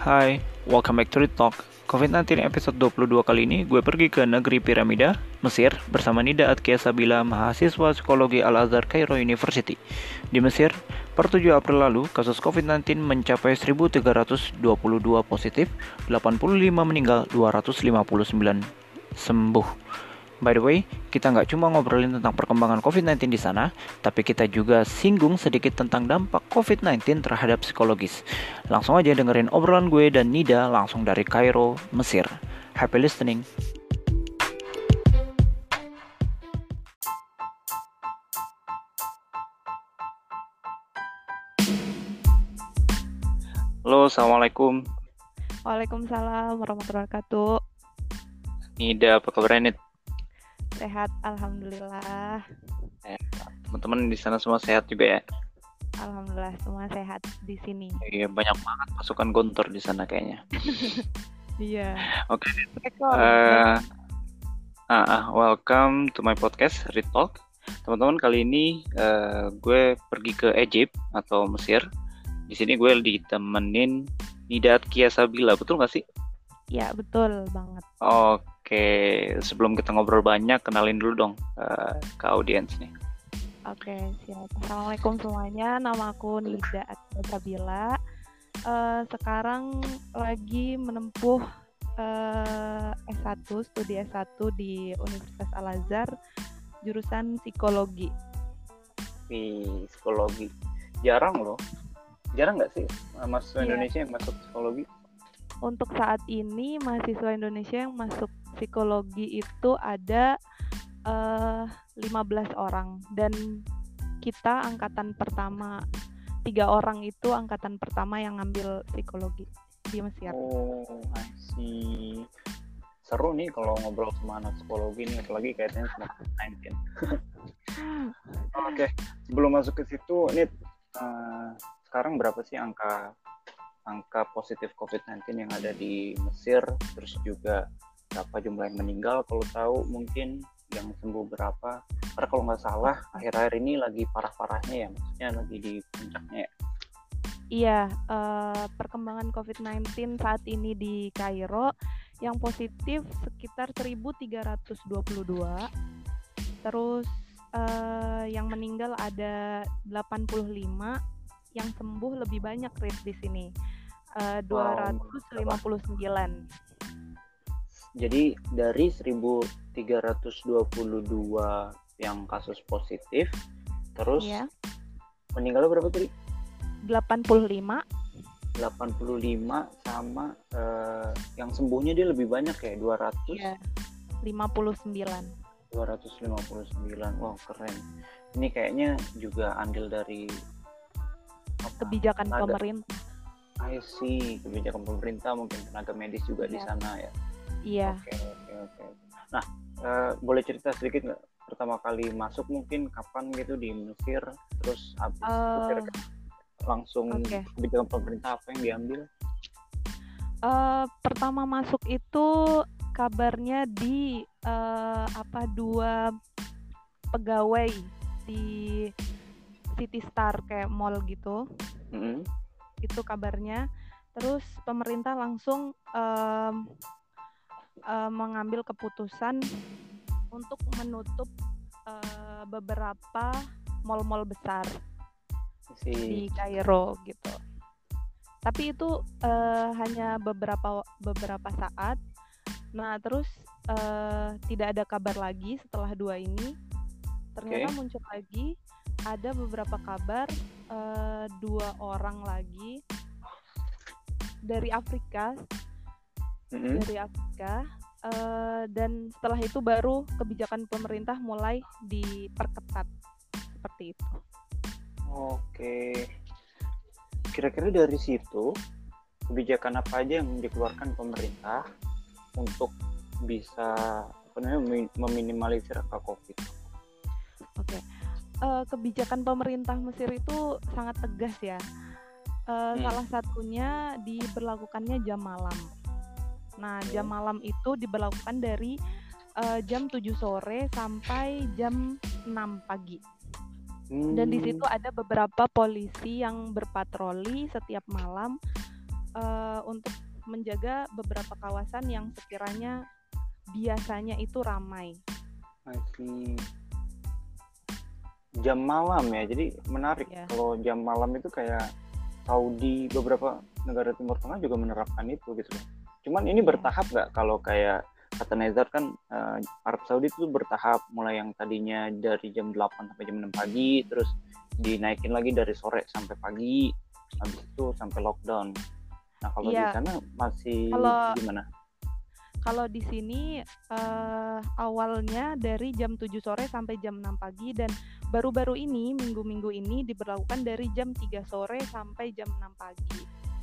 Hai, welcome back to Read Talk. COVID-19 episode 22 kali ini gue pergi ke negeri Piramida, Mesir bersama Nida Atkia Sabila, mahasiswa psikologi Al-Azhar Cairo University. Di Mesir, per 7 April lalu, kasus COVID-19 mencapai 1.322 positif, 85 meninggal, 259 sembuh. By the way, kita nggak cuma ngobrolin tentang perkembangan COVID-19 di sana, tapi kita juga singgung sedikit tentang dampak COVID-19 terhadap psikologis. Langsung aja dengerin obrolan gue dan Nida langsung dari Kairo, Mesir. Happy listening. Halo, Assalamualaikum. Waalaikumsalam warahmatullahi wabarakatuh. Nida, apa kabarnya, Nid? Sehat, alhamdulillah. Teman-teman di sana semua sehat juga ya? Alhamdulillah semua sehat di sini. Iya, banyak banget pasukan Gontor di sana kayaknya. Iya. Oke. Ekor. Welcome to my podcast Read Talk. Teman-teman, kali ini gue pergi ke Egypt atau Mesir. Di sini gue ditemenin Nida Atkia Sabila, betul nggak sih? Ya, betul banget. Oke, sebelum kita ngobrol banyak, kenalin dulu dong ke audiens nih. Oke, siap. Assalamualaikum semuanya. Nama aku Nida Atkia Sabila. Sekarang lagi menempuh S1, studi S1 di Universitas Al-Azhar, jurusan psikologi. Psikologi. Jarang nggak sih mahasiswa Indonesia yang masuk psikologi? Untuk saat ini mahasiswa Indonesia yang masuk psikologi itu ada 15 orang, dan kita angkatan pertama, 3 orang itu angkatan pertama yang ngambil psikologi di Mesir. Oh, I see. Seru nih kalau ngobrol sama anak psikologi nih, apalagi kaitannya sama COVID-19. Oke, sebelum masuk ke situ, Nid, sekarang berapa sih angka positif COVID-19 yang ada di Mesir, terus juga berapa jumlah yang meninggal, kalau tahu mungkin yang sembuh berapa, karena kalau nggak salah akhir-akhir ini lagi parah-parahnya ya, maksudnya lagi di puncaknya ya. Iya, perkembangan COVID-19 saat ini di Kairo yang positif sekitar 1.322, terus yang meninggal ada 85, yang sembuh lebih banyak rate di sini, 259. Jadi dari 1.322 yang kasus positif, terus meninggalnya berapa tadi? 85 sama yang sembuhnya dia lebih banyak ya, 259. Wow, keren. Ini kayaknya juga andil dari kebijakan pemerintah. I see, kebijakan pemerintah, mungkin tenaga medis juga di sana ya. Iya. Oke. Nah, boleh cerita sedikit nggak pertama kali masuk mungkin kapan gitu di Mesir, terus habis itu langsung kebijakan pemerintah apa yang diambil? Pertama masuk itu kabarnya di 2 pegawai di City Star kayak mall gitu. Itu kabarnya. Terus pemerintah langsung mengambil keputusan untuk menutup beberapa mall-mall besar di Kairo gitu. Tapi itu hanya beberapa saat. Nah, terus tidak ada kabar lagi setelah 2 ini. Ternyata muncul lagi ada beberapa kabar, 2 orang lagi dari Afrika. Dan setelah itu baru kebijakan pemerintah mulai diperketat seperti itu. Oke. Kira-kira dari situ kebijakan apa aja yang dikeluarkan pemerintah untuk bisa meminimalisir angka COVID? Oke. Kebijakan pemerintah Mesir itu sangat tegas ya. Salah satunya diberlakukannya jam malam. Nah, jam malam itu diberlakukan dari jam 7 sore sampai jam 6 pagi. Dan di situ ada beberapa polisi yang berpatroli setiap malam untuk menjaga beberapa kawasan yang sekiranya biasanya itu ramai. I see. Jam malam ya, jadi menarik. Ya. Kalau jam malam itu kayak Saudi, beberapa negara Timur Tengah juga menerapkan itu gitu loh. Cuman ini bertahap nggak? Kalau kayak kata Nezar kan Arab Saudi itu bertahap, mulai yang tadinya dari jam 8 sampai jam 6 pagi, terus dinaikin lagi dari sore sampai pagi, habis itu sampai lockdown. Nah kalau di sana masih gimana? Kalau di sini awalnya dari jam 7 sore sampai jam 6 pagi, dan baru-baru ini, minggu-minggu ini diberlakukan dari jam 3 sore sampai jam 6 pagi.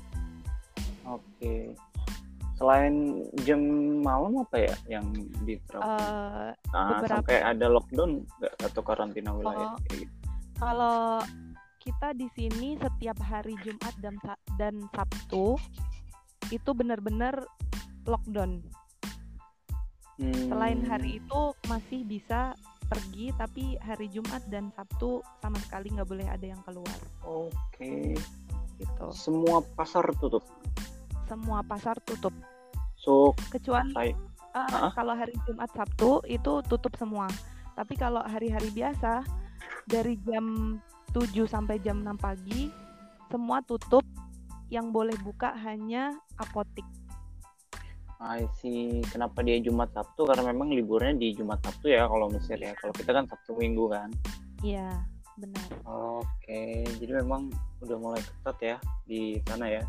Oke. Selain jam malam apa ya yang diterapkan? Sampai ada lockdown nggak atau karantina wilayah? Kalau kita di sini setiap hari Jumat dan Sabtu itu benar-benar lockdown. Selain hari itu masih bisa pergi, tapi hari Jumat dan Sabtu sama sekali nggak boleh ada yang keluar. Oke. Gitu. Semua pasar tutup? Semua pasar tutup. So, kecuali kalau hari Jumat Sabtu itu tutup semua. Tapi kalau hari-hari biasa dari jam 7 sampai jam 6 pagi semua tutup. Yang boleh buka hanya apotik. I see. Kenapa dia Jumat Sabtu? Karena memang liburnya di Jumat Sabtu ya kalau Mesir ya. Kalau kita kan Sabtu Minggu kan. Iya, benar. Oke, jadi memang udah mulai ketat ya di sana ya.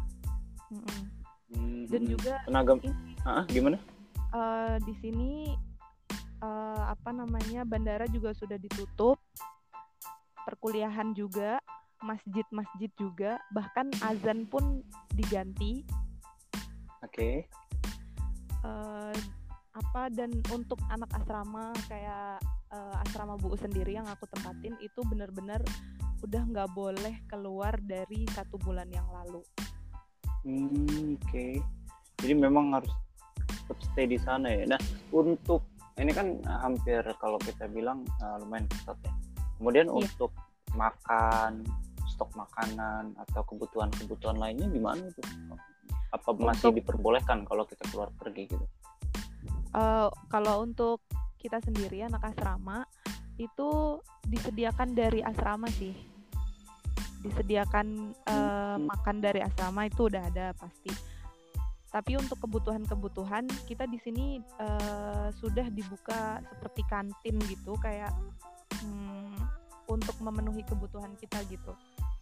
Dan juga tenaga gimana? Di sini bandara juga sudah ditutup, perkuliahan juga, masjid-masjid juga, bahkan azan pun diganti. Oke. Dan untuk anak asrama kayak asrama Bu sendiri yang aku tempatin itu benar-benar udah nggak boleh keluar dari 1 bulan yang lalu. Oke. Jadi memang harus tetap stay di sana ya. Nah, untuk ini kan hampir kalau kita bilang lumayan ketat ya. Kemudian untuk makan, stok makanan atau kebutuhan-kebutuhan lainnya gimana itu? Apa masih diperbolehkan kalau kita keluar pergi gitu? Kalau untuk kita sendiri anak asrama itu disediakan dari asrama sih. Disediakan makan dari asrama itu udah ada pasti. Tapi untuk kebutuhan-kebutuhan kita di sini sudah dibuka seperti kantin gitu, kayak untuk memenuhi kebutuhan kita gitu.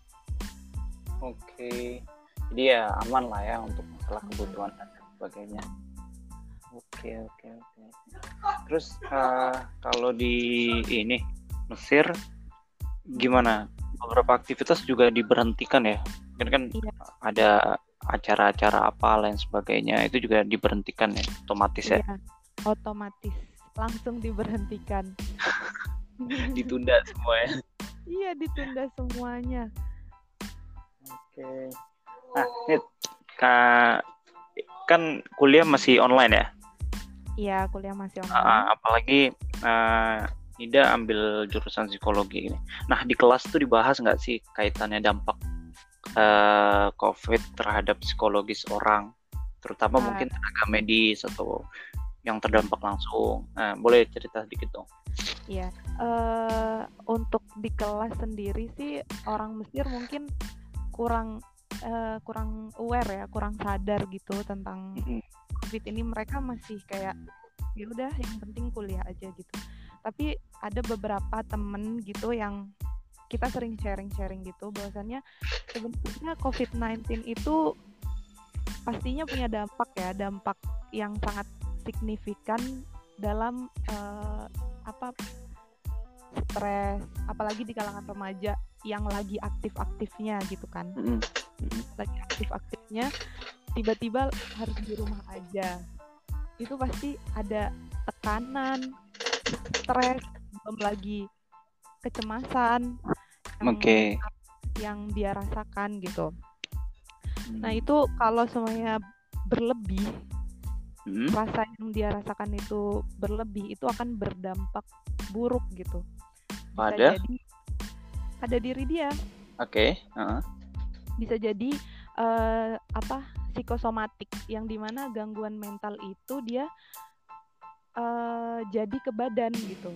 Oke. Jadi ya aman lah ya untuk masalah kebutuhan dan sebagainya. Oke. Terus kalau di Mesir gimana? Beberapa aktivitas juga diberhentikan ya. Kan ada acara-acara apa lain sebagainya itu juga diberhentikan ya, otomatis ya. Otomatis langsung diberhentikan. Ditunda semua ya. Iya, ditunda semuanya. Oke. Nah, Nit, kan kuliah masih online ya? Iya, kuliah masih online. Apalagi Nida ambil jurusan psikologi ini. Nah, di kelas tuh dibahas nggak sih kaitannya dampak COVID terhadap psikologis orang, terutama mungkin tenaga medis atau yang terdampak langsung? Boleh cerita sedikit dong? Iya, untuk di kelas sendiri sih orang Mesir mungkin kurang aware ya, kurang sadar gitu tentang COVID ini. Mereka masih kayak ya udah yang penting kuliah aja gitu. Tapi ada beberapa temen gitu yang kita sering sharing gitu bahwasannya sebenarnya COVID-19 itu pastinya punya dampak yang sangat signifikan dalam stres, apalagi di kalangan remaja yang lagi aktif-aktifnya gitu kan. Lagi aktif-aktifnya tiba-tiba harus di rumah aja. Itu pasti ada tekanan, stres, belum lagi kecemasan yang dia rasakan gitu. Nah itu kalau semuanya berlebih, rasa yang dia rasakan itu berlebih, itu akan berdampak buruk gitu. Bisa jadi pada diri dia. Oke. Bisa jadi psikosomatik, yang dimana gangguan mental itu dia jadi ke badan gitu.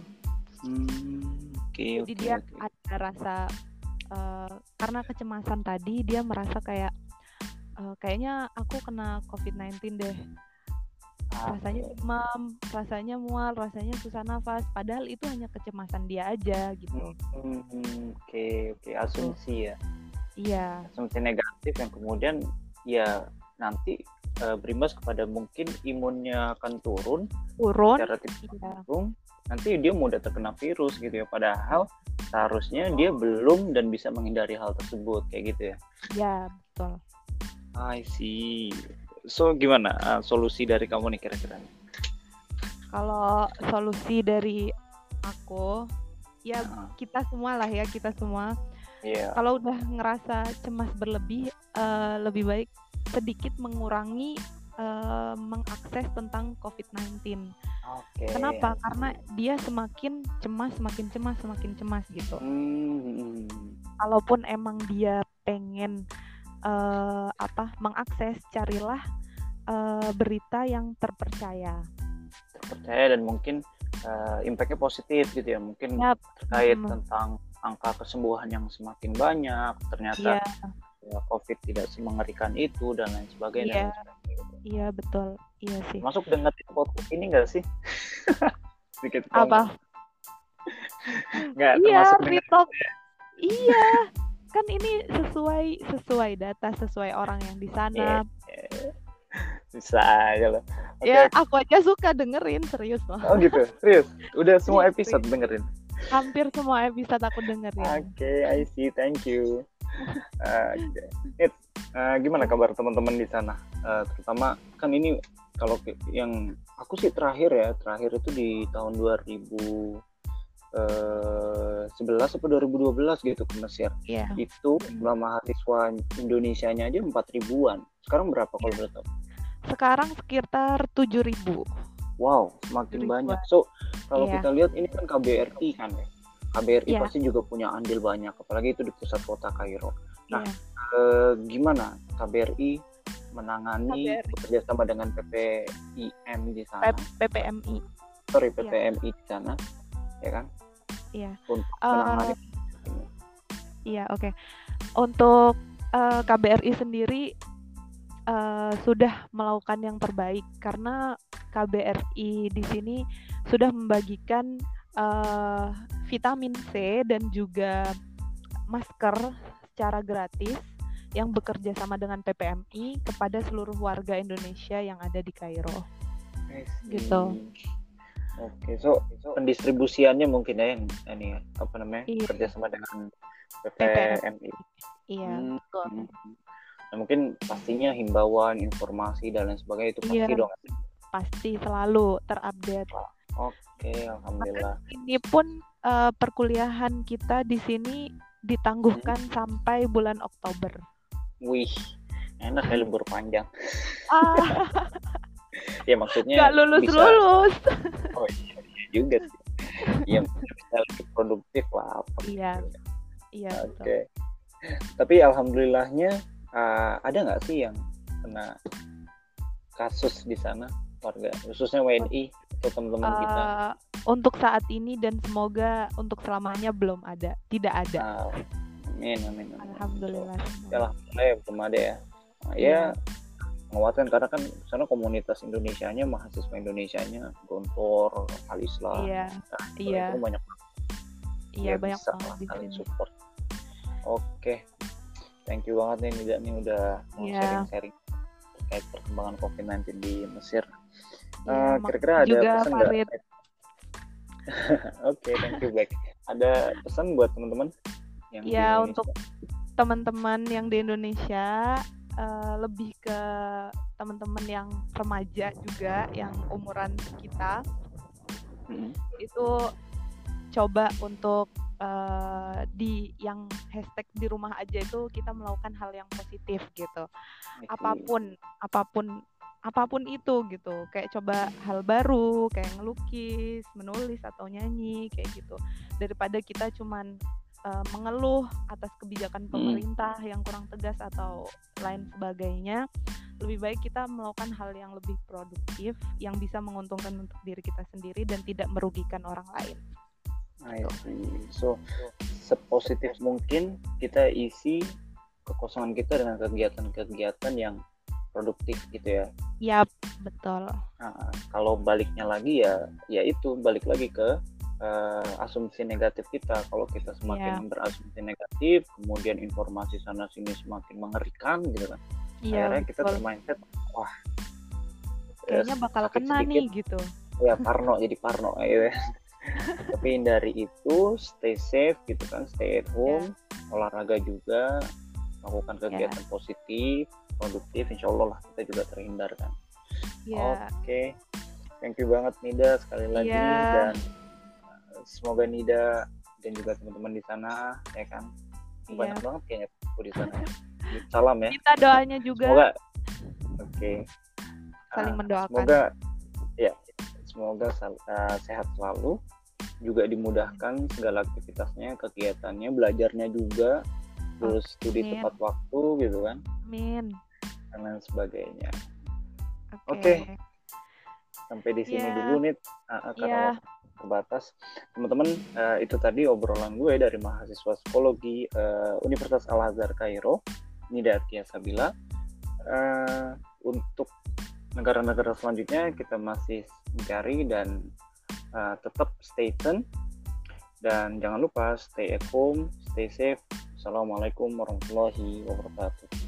Jadi dia ada rasa karena kecemasan tadi, dia merasa kayak kayaknya aku kena COVID-19 deh. Rasanya demam, rasanya mual, rasanya susah nafas. Padahal itu hanya kecemasan dia aja gitu. Oke, asumsi ya. Iya. Asumsi negatif yang kemudian ya nanti berimbas kepada mungkin imunnya akan turun secara langsung. Nanti dia mudah terkena virus gitu ya. Padahal seharusnya dia belum dan bisa menghindari hal tersebut kayak gitu ya. Ya, betul. I see. So gimana solusi dari kamu nih kira-kira? Kalau solusi dari aku, ya kita semua lah ya, kita semua. Yeah. Kalau udah ngerasa cemas berlebih, lebih baik sedikit mengurangi mengakses tentang COVID-19. Okay. Kenapa? Karena dia semakin cemas gitu. Kalaupun emang dia pengen mengakses, carilah berita yang terpercaya dan mungkin impact-nya positif gitu ya, mungkin terkait tentang angka kesembuhan yang semakin banyak, ternyata COVID tidak semengerikan itu dan lain sebagainya. Iya betul, iya sih. Masuk dengan podcast ini nggak sih? Sedikit apa? Nggak termasuk free talk. Iya. Kan ini sesuai data, sesuai orang yang di sana. Bisa aja loh. Ya, aku aja suka dengerin, serius loh. Oh gitu, serius? Udah semua episode dengerin? Hampir semua episode aku dengerin. Oke, I see, thank you. Gimana kabar teman-teman di sana? Terutama kan ini kalau yang aku sih terakhir itu di tahun 2011 atau 2012 gitu ke Mesir. Itu jumlah mahasiswa Indonesianya aja 4.000-an. Sekarang berapa kalau boleh tahu? Sekarang sekitar 7.000. Wow, semakin banyak. So, kalau kita lihat ini kan KBRI kan ya. KBRI pasti juga punya andil banyak, apalagi itu di pusat kota Kairo. Nah, gimana KBRI menangani bekerjasama dengan PPIM di sana? PPMI. PPMI di sana, ya kan? Iya. Untuk menangani. Iya, oke. Untuk KBRI sendiri sudah melakukan yang terbaik karena KBRI di sini sudah membagikan vitamin C dan juga masker secara gratis yang bekerja sama dengan PPMI kepada seluruh warga Indonesia yang ada di Kairo. Gitu. Oke, so pendistribusiannya mungkin ya yang ini kerjasama dengan PPMI. Iya, betul. Nah, mungkin pastinya himbauan, informasi dan lain sebagainya itu pasti dong. Pasti selalu terupdate. Oke, alhamdulillah. Bahkan ini pun perkuliahan kita di sini ditangguhkan sampai bulan Oktober. Wih, enak ya libur panjang. Ya maksudnya nggak lulus. Oh iya juga sih. Ya bisa lebih produktif lah. Iya. Oke. Tapi alhamdulillahnya ada nggak sih yang kena kasus di sana warga, khususnya WNI atau teman-teman kita? Untuk saat ini dan semoga untuk selamanya tidak ada. Amin. Alhamdulillah. Alhamdulillah ya belum ada ya. Ya menguatkan karena kan sana komunitas Indonesianya, mahasiswa Indonesianya, Gontor, Alislah. Iya. Itu banyak. Iya banyak banget di sini. Support. Oke. Thank you banget nih Nida nih udah mau sharing-sharing terkait perkembangan COVID-19 di Mesir. Kira-kira ada pesan nggak? Oke, thank you back. Ada pesan buat teman-teman yang di Indonesia? Untuk teman-teman yang di Indonesia, lebih ke teman-teman yang remaja juga, yang umuran kita, itu coba untuk di yang hashtag di rumah aja itu kita melakukan hal yang positif gitu. Apapun itu gitu. Kayak coba hal baru, kayak ngelukis, menulis atau nyanyi kayak gitu. Daripada kita cuman mengeluh atas kebijakan pemerintah yang kurang tegas atau lain sebagainya, lebih baik kita melakukan hal yang lebih produktif yang bisa menguntungkan untuk diri kita sendiri dan tidak merugikan orang lain. I see. So, sepositif mungkin kita isi kekosongan kita dengan kegiatan-kegiatan yang produktif gitu ya. Yap, betul. Nah, kalau baliknya lagi ya itu balik lagi ke asumsi negatif kita. Kalau kita semakin berasumsi negatif, kemudian informasi sana sini semakin mengerikan gitu kan. Akhirnya kita termindset, wah kayaknya bakal kena nih gitu. Ya jadi parno gitu. Tapi hindari itu, stay safe gitu kan, stay at home, olahraga juga, lakukan kegiatan positif, produktif, insya Allah lah kita juga terhindar kan. Oke. Thank you banget Nida sekali lagi dan semoga Nida dan juga teman-teman di sana ya kan banyak banget kayaknya aku di sana. Salam ya. Kita doanya juga. Semoga saling mendoakan. Semoga sehat selalu, juga dimudahkan segala aktivitasnya, kegiatannya, belajarnya juga, terus studi tepat waktu gitu kan. Amin. Dan lain sebagainya. Oke. Sampai di sini dulu nih karena terbatas. Teman-teman, itu tadi obrolan gue dari mahasiswa psikologi Universitas Al-Azhar Kairo, Nida Atkia Sabila. Untuk negara-negara selanjutnya kita masih mencari dan tetap stay tune dan jangan lupa stay at home, stay safe. Assalamualaikum warahmatullahi wabarakatuh.